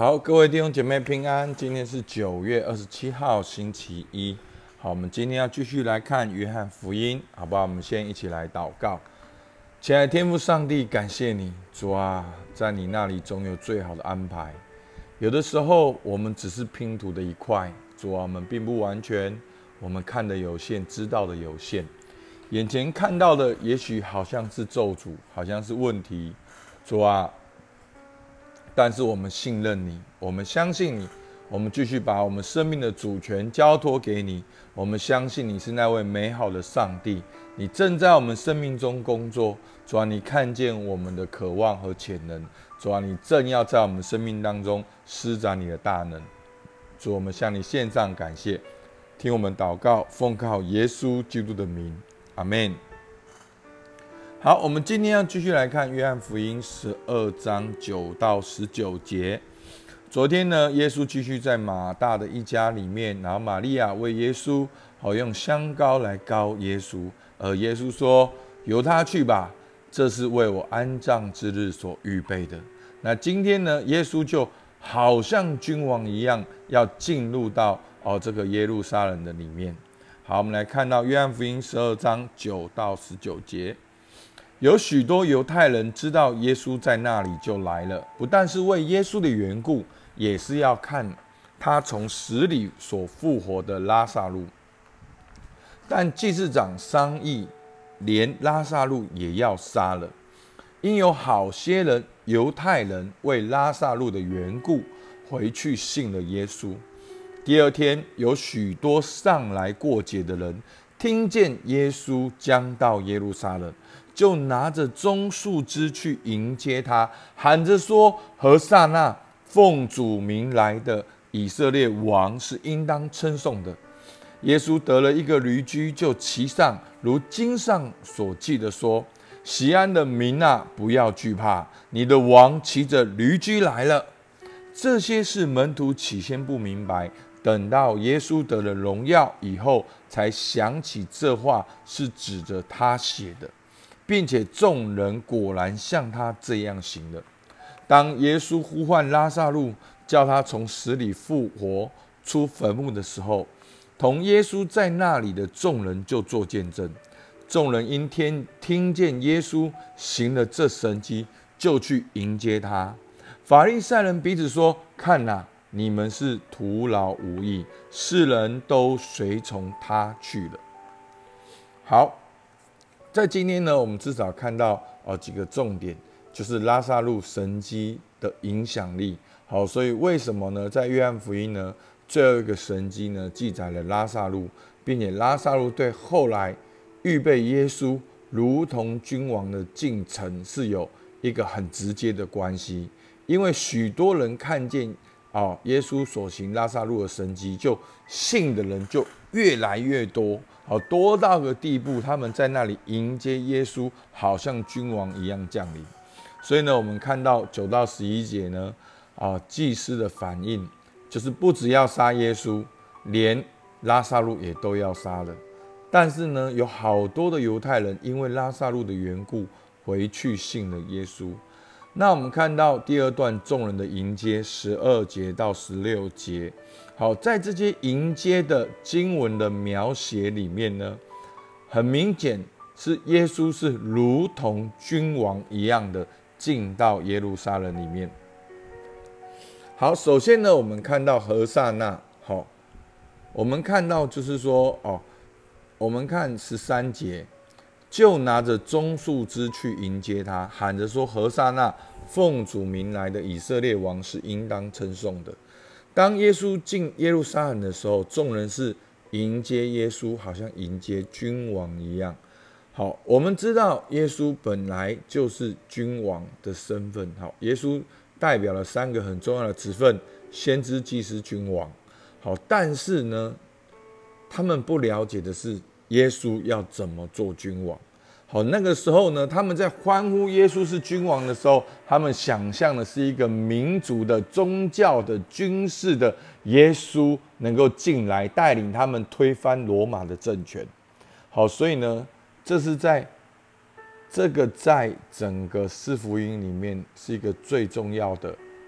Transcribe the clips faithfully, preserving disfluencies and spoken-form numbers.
好，各位弟兄姐妹平安。今天是九月二十七号，星期一。好，我们今天要继续来看约翰福音，好不好？我们先一起来祷告。亲爱的天父上帝，感谢你，主啊，在你那里总有最好的安排。有的时候我们只是拼图的一块，主啊，我们并不完全，我们看的有限，知道的有限，眼前看到的也许好像是咒诅，好像是问题，主啊。但是我们信任你，我们相信你，我们继续把我们生命的主权交托给你。我们相信你是那位美好的上帝，你正在我们生命中工作。主啊，你看见我们的渴望和潜能，主啊，你正要在我们生命当中施展你的大能。主，我们向你献上感谢，听我们祷告，奉靠耶稣基督的名，阿们。好，我们今天要继续来看约翰福音十二章九到十九节。昨天呢，耶稣继续在马大的一家里面，然后玛利亚为耶稣好用香膏来膏耶稣，而耶稣说：“由他去吧，这是为我安葬之日所预备的。”那今天呢，耶稣就好像君王一样，要进入到哦这个耶路撒冷的里面。好，我们来看到约翰福音十二章九到十九节。有许多犹太人知道耶稣在那里，就来了，不但是为耶稣的缘故，也是要看他从死里所复活的拉撒路。但祭司长商议，连拉撒路也要杀了，因有好些人犹太人为拉撒路的缘故回去信了耶稣。第二天，有许多上来过节的人听见耶稣将到耶路撒冷，就拿着棕树枝去迎接他，喊着说：“何撒那，奉主名来的以色列王是应当称颂的。”耶稣得了一个驴驹，就骑上，如经上所记的说：“锡安的民啊，不要惧怕，你的王骑着驴驹来了。”这些是门徒起先不明白，等到耶稣得了荣耀以后，才想起这话是指着他写的，并且众人果然像他这样行了。当耶稣呼唤拉撒路，叫他从死里复活出坟墓的时候，同耶稣在那里的众人就作见证。众人因听听见耶稣行了这神迹，就去迎接他。法利赛人彼此说：“看哪，你们是徒劳无益，世人都随从他去了。”好，在今天呢，我们至少看到哦几个重点，就是拉撒路神迹的影响力。好，所以为什么呢？在约翰福音呢，最后一个神迹呢，记载了拉撒路，并且拉撒路对后来预备耶稣如同君王的进程是有一个很直接的关系。因为许多人看见哦耶稣所行拉撒路的神迹，就信的人就越来越多，好多到个地步，他们在那里迎接耶稣，好像君王一样降临。所以呢，我们看到九到十一节呢，啊，祭司的反应就是不只要杀耶稣，连拉撒路也都要杀了。但是呢，有好多的犹太人因为拉撒路的缘故，回去信了耶稣。那我们看到第二段众人的迎接，十二节到十六节。好，在这些迎接的经文的描写里面呢，很明显是耶稣是如同君王一样的进到耶路撒冷里面。好，首先呢，我们看到何撒那，好，我们看到就是说，哦，我们看十三节。就拿着棕树枝去迎接他，喊着说：“何撒那，奉主名来的以色列王是应当称颂的。”当耶稣进耶路撒冷的时候，众人是迎接耶稣，好像迎接君王一样。好，我们知道耶稣本来就是君王的身份。好，耶稣代表了三个很重要的职分：先知、祭司、君王。好，但是呢，他们不了解的是耶稣要怎么做君王。好，那个时候呢，他们在欢呼耶稣是君王的时候，他们想象的是一个民族的、宗教的、军事的耶稣能够进来带领他们推翻罗马的政权。好，所以呢，这是在这个在整个四福音里面是一个最重要的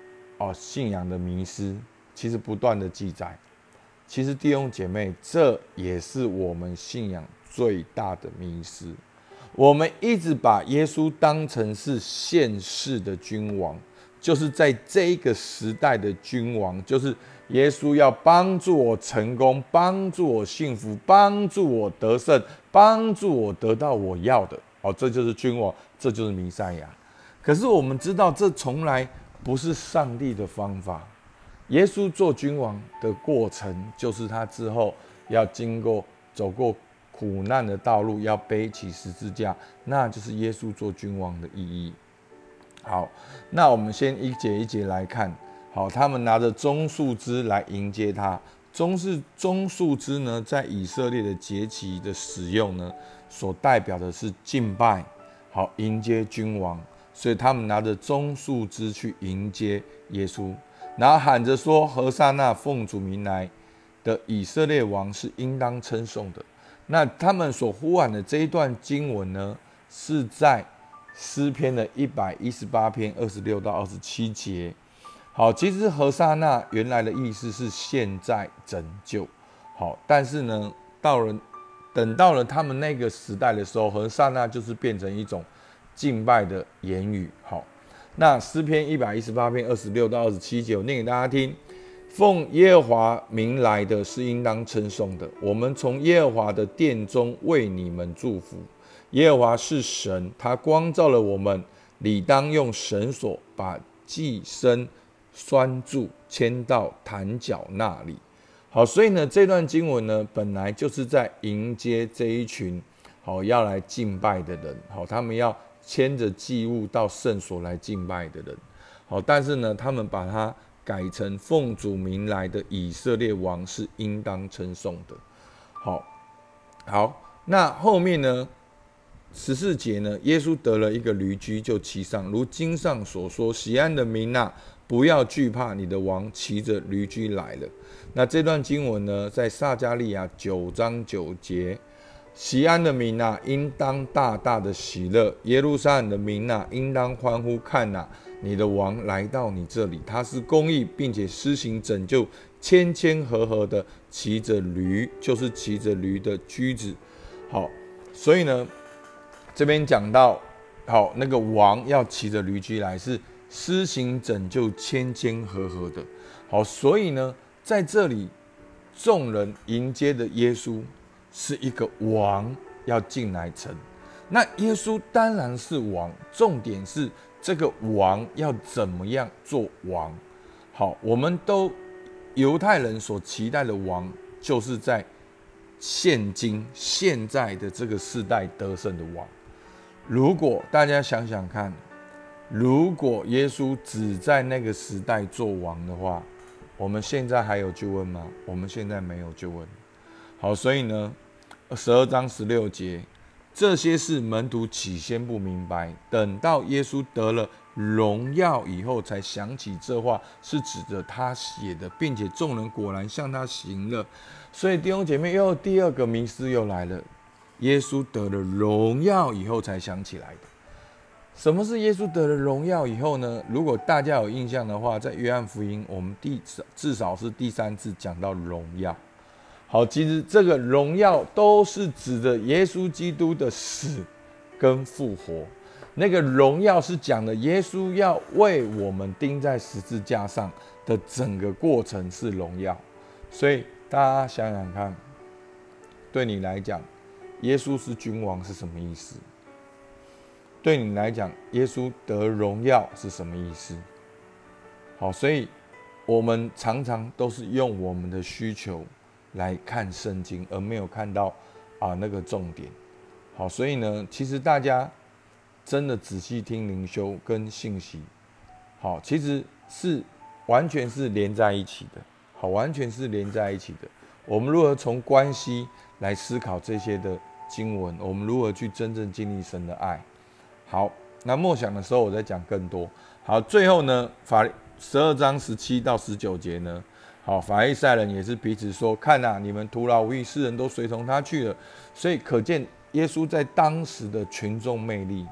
哦信仰的迷失，其实不断的记载。其实弟兄姐妹，这也是我们信仰最大的迷失。我们一直把耶稣当成是现世的君王，就是在这个时代的君王，就是耶稣要帮助我成功，帮助我幸福，帮助我得胜，帮助我得到我要的。哦，这就是君王，这就是弥赛亚。可是我们知道，这从来不是上帝的方法。耶稣做君王的过程，就是他之后要经过走过苦难的道路，要背起十字架，那就是耶稣做君王的意义。好，那我们先一节一节来看。好，他们拿着棕树枝来迎接他。棕是棕树枝呢，在以色列的节期的使用呢，所代表的是敬拜，好迎接君王，所以他们拿着棕树枝去迎接耶稣。然后喊着说：“何沙那奉主名来的以色列王是应当称颂的。”那他们所呼喊的这一段经文呢，是在诗篇的一百一十八篇二十六到二十七节。好，其实何沙那原来的意思是现在拯救。好，但是呢，到了等到了他们那个时代的时候，何沙那就是变成一种敬拜的言语。好。那诗篇一百一十八篇二十六到二十七节，我念给大家听：奉耶和华名来的是应当称颂的，我们从耶和华的殿中为你们祝福。耶和华是神，他光照了我们，理当用绳索把寄生拴住，牵到坛角那里。好，所以呢，这段经文呢，本来就是在迎接这一群好要来敬拜的人。好，他们要牵着祭物到圣所来敬拜的人。好，但是呢，他们把它改成奉主名来的以色列王是应当称颂的。好，好，那后面呢，十四节呢，耶稣得了一个驴驹就骑上，如经上所说：“喜安的民啊，不要惧怕，你的王骑着驴驹来了。”那这段经文呢，在撒迦利亚九章九节。西安的民啊，应当大大的喜乐；耶路撒冷的民啊，应当欢呼。看啊，你的王来到你这里，他是公义，并且施行拯救，谦谦和和的骑着驴，就是骑着驴的驹子。好，所以呢，这边讲到，好，那个王要骑着驴驹来，是施行拯救，谦谦和和的。好，所以呢，在这里，众人迎接的耶稣是一个王要进来城。那耶稣当然是王，重点是这个王要怎么样做王。好，我们都犹太人所期待的王，就是在现今现在的这个世代得胜的王。如果大家想想看，如果耶稣只在那个时代做王的话，我们现在还有救恩吗？我们现在没有救恩。好，所以呢，十二章十六节，这些事门徒起先不明白，等到耶稣得了荣耀以后，才想起这话是指着他写的，并且众人果然向他行了。所以弟兄姐妹，又第二个迷思又来了，耶稣得了荣耀以后才想起来的。什么是耶稣得了荣耀以后呢？如果大家有印象的话，在约翰福音，我们第至少是第三次讲到荣耀。好，其实这个荣耀都是指着耶稣基督的死跟复活。那个荣耀是讲的耶稣要为我们钉在十字架上的整个过程是荣耀。所以大家想想看，对你来讲，耶稣是君王是什么意思？对你来讲，耶稣得荣耀是什么意思？好，所以我们常常都是用我们的需求来看圣经，而没有看到啊那个重点。好，所以呢，其实大家真的仔细听灵修跟信息，好，其实是完全是连在一起的。好，完全是连在一起的。我们如何从关系来思考这些的经文？我们如何去真正经历神的爱？好，那默想的时候我再讲更多。好，最后呢，法十二章十七到十九节呢，好，法利赛人也是彼此说：“看啊，你们徒劳无益，世人都随从他去了。”所以可见耶稣在当时的群众魅力。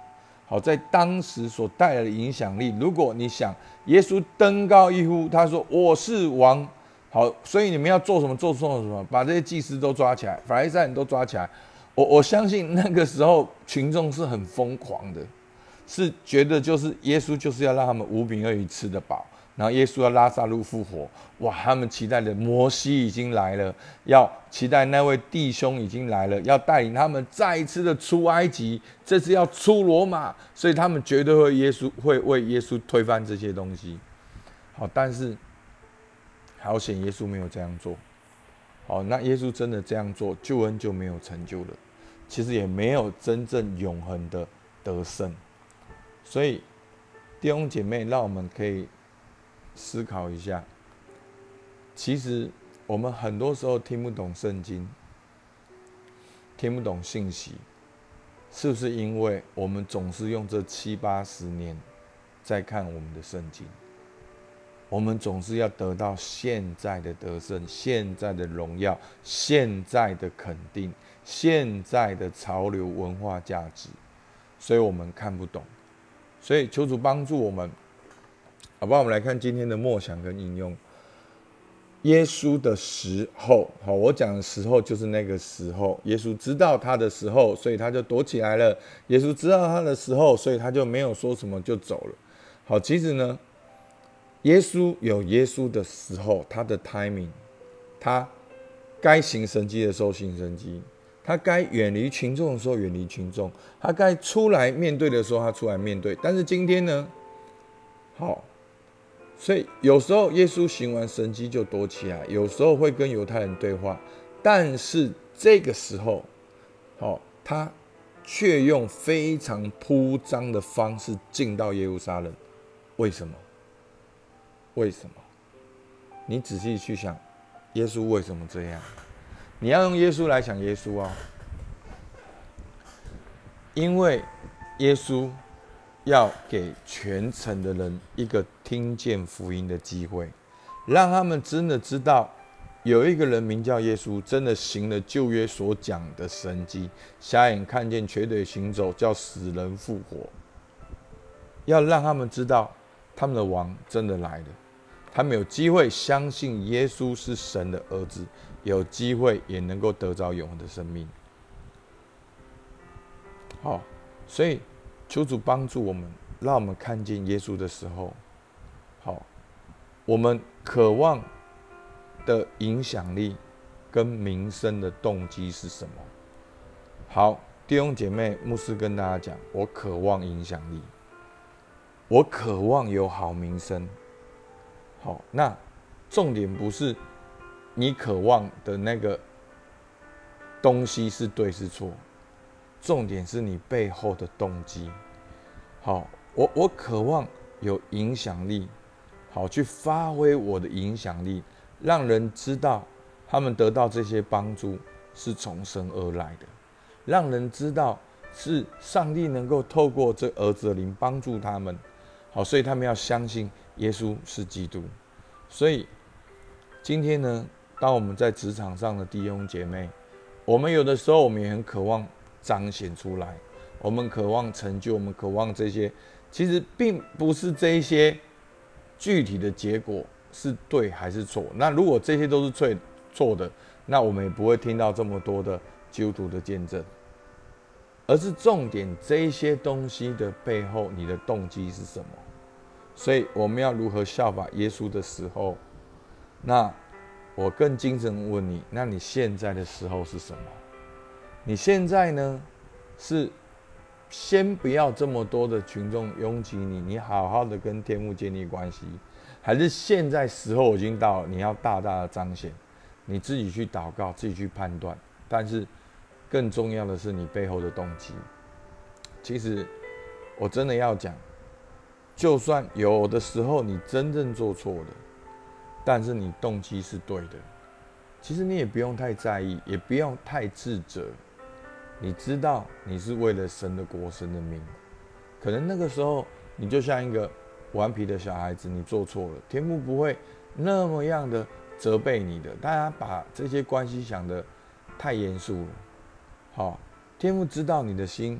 好，在当时所带来的影响力。如果你想耶稣登高一呼，他说我是王，好，所以你们要做什么做什么什么，把这些祭司都抓起来，法利赛人都抓起来。我我相信那个时候群众是很疯狂的，是觉得就是耶稣就是要让他们五饼二鱼吃得饱，然后耶稣要拉撒路复活，哇！他们期待的摩西已经来了，要期待那位弟兄已经来了，要带领他们再一次的出埃及，这次要出罗马，所以他们绝对会耶稣会为耶稣推翻这些东西。好，但是好险耶稣没有这样做。好，那耶稣真的这样做，救恩就没有成就了，其实也没有真正永恒的得胜。所以弟兄姐妹，让我们可以思考一下，其实我们很多时候听不懂圣经，听不懂信息，是不是因为我们总是用这七八十年在看我们的圣经？我们总是要得到现在的得胜、现在的荣耀、现在的肯定、现在的潮流文化价值，所以我们看不懂。所以求主帮助我们，好不好？我们来看今天的默想跟应用。耶稣的时候，好，我讲的时候就是那个时候。耶稣知道他的时候，所以他就躲起来了。耶稣知道他的时候，所以他就没有说什么就走了。好，其实呢，耶稣有耶稣的时候，他的 timing， 他该行神迹的时候行神迹，他该远离群众的时候远离群众，他该出来面对的时候他出来面对。但是今天呢，好，所以有时候耶稣行完神迹就躲起来，有时候会跟犹太人对话，但是这个时候，好，他却用非常铺张的方式进到耶路撒冷。为什么？为什么？你仔细去想，耶稣为什么这样？你要用耶稣来想耶稣啊，因为耶稣要给全城的人一个听见福音的机会，让他们真的知道有一个人名叫耶稣，真的行了旧约所讲的神迹，瞎眼看见，瘸腿行走，叫死人复活。要让他们知道他们的王真的来了，他们有机会相信耶稣是神的儿子，有机会也能够得着永恒的生命。好，所以求主帮助我们，让我们看见耶稣的时候，好，我们渴望的影响力跟名声的动机是什么？好，弟兄姐妹，牧师跟大家讲，我渴望影响力，我渴望有好名声。好，那重点不是你渴望的那个东西是对是错，重点是你背后的动机。好，我我渴望有影响力，好去发挥我的影响力，让人知道他们得到这些帮助是从神而来的，让人知道是上帝能够透过这儿子的灵帮助他们。好，所以他们要相信耶稣是基督。所以今天呢，当我们在职场上的弟兄姐妹，我们有的时候我们也很渴望彰显出来，我们渴望成就，我们渴望这些，其实并不是这一些具体的结果是对还是错。那如果这些都是错的，那我们也不会听到这么多的基督徒的见证。而是重点，这一些东西的背后，你的动机是什么？所以我们要如何效法耶稣的时候，那我更精神问你，那你现在的时候是什么？你现在呢，是先不要这么多的群众拥挤你，你好好的跟天父建立关系，还是现在时候已经到了，你要大大的彰显，你自己去祷告，自己去判断，但是更重要的是你背后的动机。其实我真的要讲，就算有的时候你真正做错了，但是你动机是对的，其实你也不用太在意，也不用太自责。你知道你是为了神的国、神的名，可能那个时候你就像一个顽皮的小孩子，你做错了，天父不会那么样的责备你的。大家把这些关系想得太严肃了。好，天父知道你的心，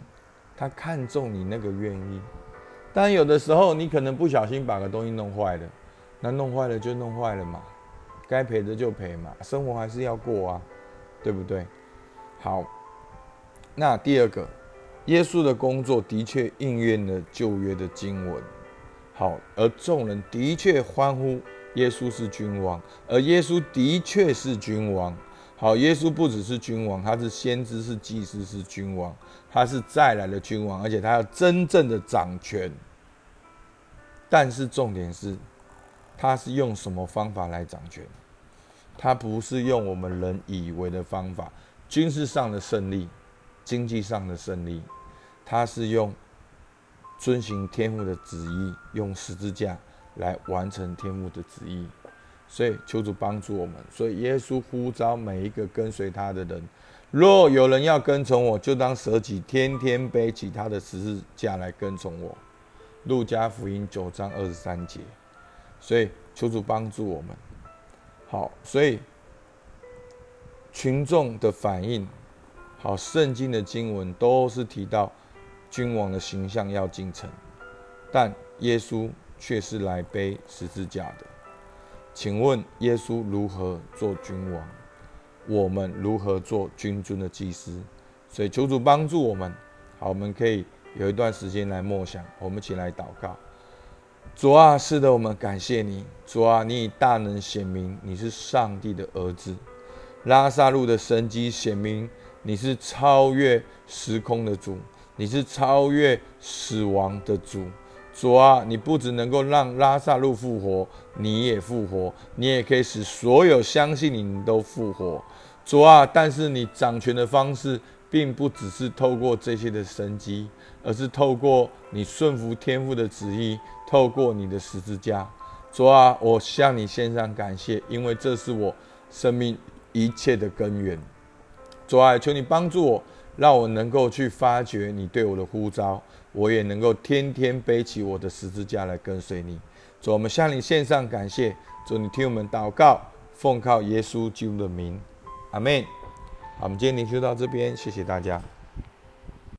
他看重你那个愿意。但有的时候你可能不小心把个东西弄坏了，那弄坏了就弄坏了嘛，该赔的就赔嘛，生活还是要过啊，对不对？好，那第二个，耶稣的工作的确应验了旧约的经文。好，而众人的确欢呼耶稣是君王，而耶稣的确是君王。好，耶稣不只是君王，他是先知，是祭司，是君王，他是再来的君王，而且他要真正的掌权。但是重点是，他是用什么方法来掌权？他不是用我们人以为的方法，军事上的胜利，经济上的胜利，他是用遵行天父的旨意，用十字架来完成天父的旨意。所以求主帮助我们。所以耶稣呼召每一个跟随他的人，若有人要跟从我，就当舍己，天天背起他的十字架来跟从我。路加福音九章二十三节。所以求主帮助我们。好，所以群众的反应，好，圣经的经文都是提到君王的形象要进城，但耶稣却是来背十字架的。请问耶稣如何做君王？我们如何做君尊的祭司？所以求主帮助我们。好，我们可以有一段时间来默想，我们一起来祷告。主啊，是的，我们感谢你。主啊，你以大能显明你是上帝的儿子。拉撒路的神迹显明你是超越时空的主，你是超越死亡的主。主啊，你不只能够让拉撒路复活，你也复活，你也可以使所有相信你的都复活。主啊，但是你掌权的方式并不只是透过这些的神迹，而是透过你顺服天父的旨意，透过你的十字架。主啊，我向你献上感谢，因为这是我生命一切的根源。主啊，求你帮助我，让我能够去发掘你对我的呼召，我也能够天天背起我的十字架来跟随你。主，我们向你献上感谢。主，你听我们祷告，奉靠耶稣基督的名，阿们。好，我们今天灵修到这边，谢谢大家。